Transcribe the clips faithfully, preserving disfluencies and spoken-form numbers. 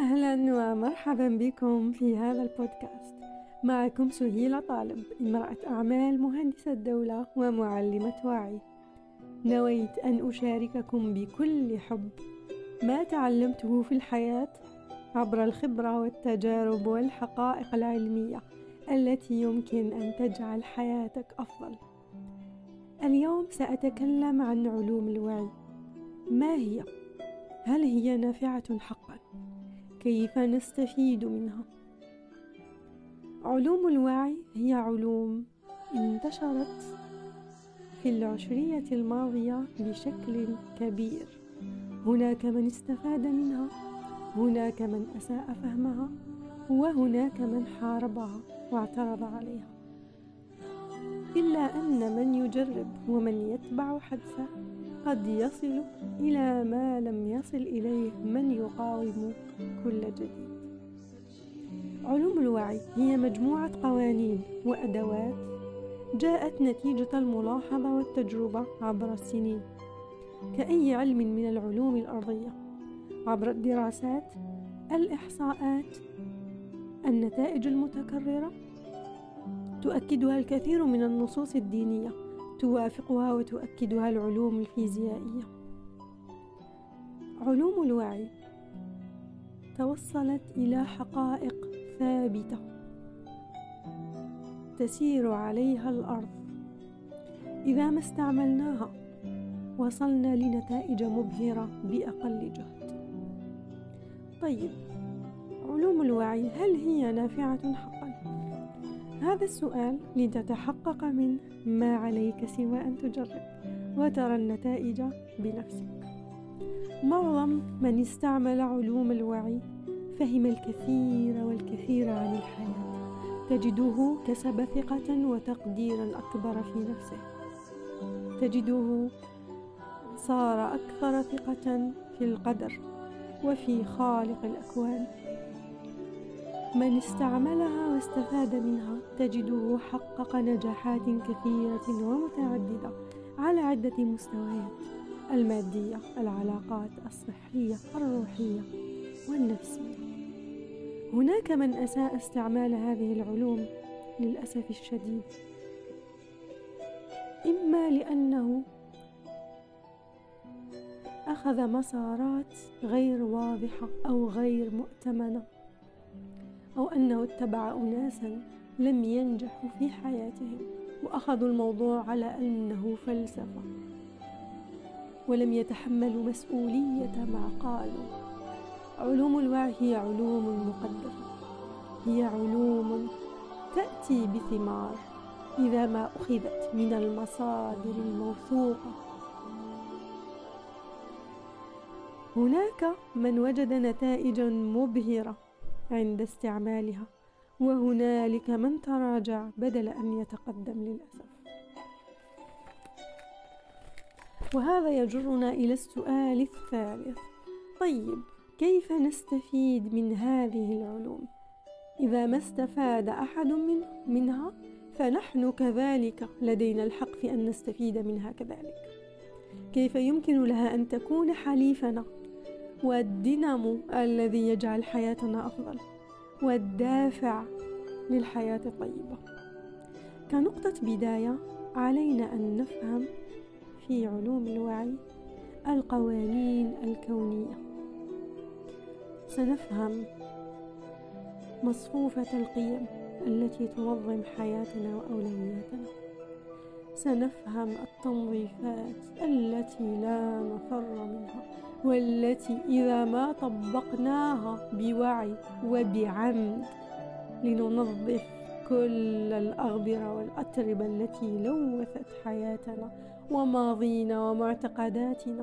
أهلا ومرحبا بكم في هذا البودكاست. معكم سهيلة طالب، امرأة أعمال، مهندسة دولة ومعلمة وعي. نويت أن أشارككم بكل حب ما تعلمته في الحياة عبر الخبرة والتجارب والحقائق العلمية التي يمكن أن تجعل حياتك أفضل. اليوم سأتكلم عن علوم الوعي. ما هي؟ هل هي نافعة حقا؟ كيف نستفيد منها؟ علوم الوعي هي علوم انتشرت في العشرية الماضية بشكل كبير. هناك من استفاد منها، هناك من أساء فهمها، وهناك من حاربها واعترض عليها. إلا أن من يجرب ومن يتبع حدثه قد يصل إلى ما لم يصل إليه من يقاوم كل جديد. علوم الوعي هي مجموعة قوانين وأدوات جاءت نتيجة الملاحظة والتجربة عبر السنين، كأي علم من العلوم الأرضية، عبر الدراسات، الإحصاءات، النتائج المتكررة تؤكدها الكثير من النصوص الدينية، توافقها وتؤكدها العلوم الفيزيائية. علوم الوعي توصلت إلى حقائق ثابتة تسير عليها الأرض. إذا ما استعملناها وصلنا لنتائج مبهرة بأقل جهد. طيب، علوم الوعي هل هي نافعة حقا؟ هذا السؤال لتتحقق منه ما عليك سوى أن تجرب وترى النتائج بنفسك. معظم من استعمل علوم الوعي فهم الكثير والكثير عن الحياة، تجده كسب ثقة وتقديرا أكبر في نفسه، تجده صار أكثر ثقة في القدر وفي خالق الأكوان. من استعملها واستفاد منها تجده حقق نجاحات كثيرة ومتعددة على عدة مستويات: المادية، العلاقات، الصحية، الروحية، والنفسية. هناك من أساء استعمال هذه العلوم للأسف الشديد، إما لأنه أخذ مسارات غير واضحة أو غير مؤتمنة، أو أنه اتبع أناسا لم ينجحوا في حياتهم وأخذوا الموضوع على أنه فلسفة ولم يتحملوا مسؤولية ما قالوا. علوم الوعي هي علوم مقدرة، هي علوم تأتي بثمار إذا ما أخذت من المصادر الموثوقة. هناك من وجد نتائج مبهرة عند استعمالها، وهنالك من تراجع بدل أن يتقدم للأسف. وهذا يجرنا إلى السؤال الثالث: طيب، كيف نستفيد من هذه العلوم؟ إذا ما استفاد أحد من منها فنحن كذلك لدينا الحق في أن نستفيد منها كذلك. كيف يمكن لها أن تكون حليفنا والدينامو الذي يجعل حياتنا أفضل والدافع للحياة الطيبة؟ كنقطة بداية علينا أن نفهم في علوم الوعي القوانين الكونية. سنفهم مصفوفة القيم التي تنظم حياتنا وأولوياتنا. سنفهم التنظيفات التي لا مفر منها، والتي إذا ما طبقناها بوعي وبعمد لننظف كل الأغبرة والأتربة التي لوثت حياتنا وماضينا ومعتقداتنا.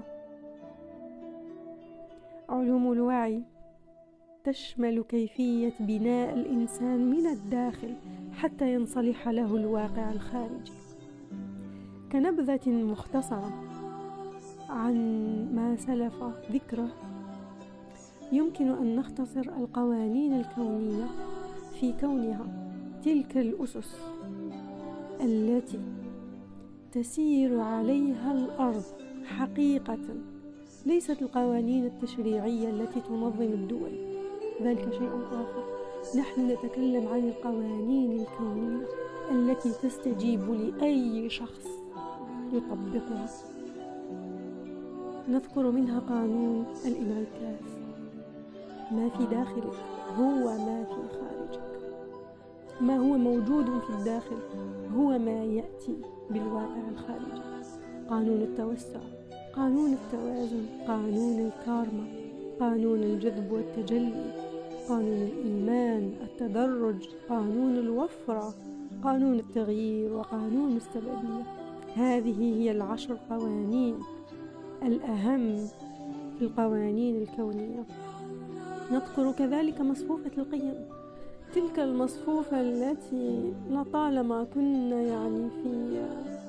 علوم الوعي تشمل كيفية بناء الإنسان من الداخل حتى ينصلح له الواقع الخارجي. كنبذة مختصرة عن ما سلف ذكره، يمكن أن نختصر القوانين الكونية في كونها تلك الأسس التي تسير عليها الأرض حقيقة، ليست القوانين التشريعية التي تنظم الدول ذلك شيء آخر. نحن نتكلم عن القوانين الكونية التي تستجيب لأي شخص يطبقها. نذكر منها قانون الانعكاس: ما في داخلك هو ما في خارجك، ما هو موجود في الداخل هو ما يأتي بالواقع الخارجي. قانون التوسع، قانون التوازن، قانون الكارما، قانون الجذب والتجلي، قانون الإيمان، التدرج، قانون الوفرة، قانون التغيير، وقانون السببية. هذه هي العشر قوانين الأهم في القوانين الكونية. نذكر كذلك مصفوفة القيم، تلك المصفوفة التي لطالما كنا يعني في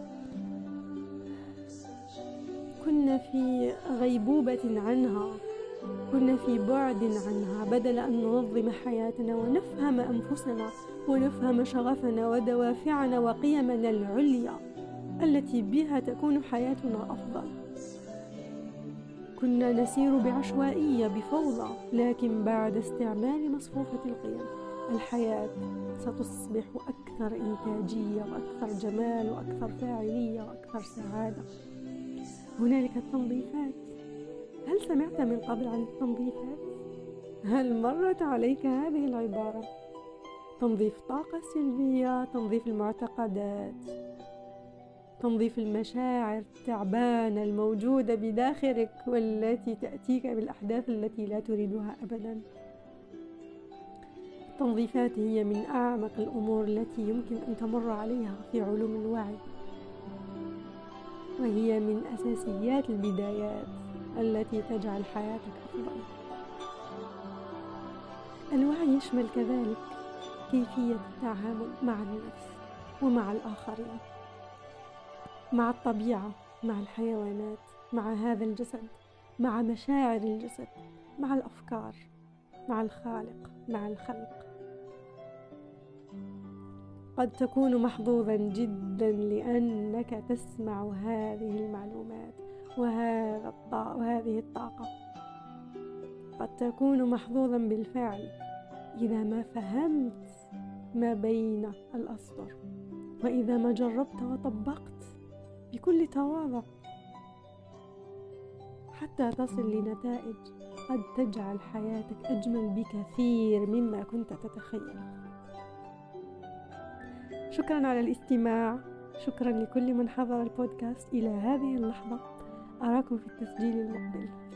كنا في غيبوبة عنها، كنا في بعد عنها، بدل أن ننظم حياتنا ونفهم أنفسنا ونفهم شغفنا ودوافعنا وقيمنا العليا التي بها تكون حياتنا أفضل. كنا نسير بعشوائية بفوضى، لكن بعد استعمال مصفوفة القيم الحياة ستصبح أكثر إنتاجية وأكثر جمال وأكثر فاعلية وأكثر سعادة. هنالك التنظيفات. هل سمعت من قبل عن التنظيفات؟ هل مرت عليك هذه العبارة؟ تنظيف الطاقة السلبية، تنظيف المعتقدات، تنظيف المشاعر التعبانة الموجودة بداخلك والتي تأتيك بالأحداث التي لا تريدها أبدا. التنظيفات هي من أعمق الأمور التي يمكن أن تمر عليها في علوم الوعي، وهي من أساسيات البدايات التي تجعل حياتك أفضل. الوعي يشمل كذلك كيفية التعامل مع النفس ومع الآخرين، مع الطبيعة، مع الحيوانات، مع هذا الجسد، مع مشاعر الجسد، مع الأفكار، مع الخالق، مع الخلق. قد تكون محظوظا جدا لأنك تسمع هذه المعلومات وهذا الطاقة وهذه الطاقة. قد تكون محظوظا بالفعل إذا ما فهمت ما بين الأسطر، وإذا ما جربت وطبقت بكل تواضع حتى تصل لنتائج قد تجعل حياتك أجمل بكثير مما كنت تتخيل. شكرا على الاستماع، شكرا لكل من حضر البودكاست إلى هذه اللحظة. أراكم في التسجيل المقبل.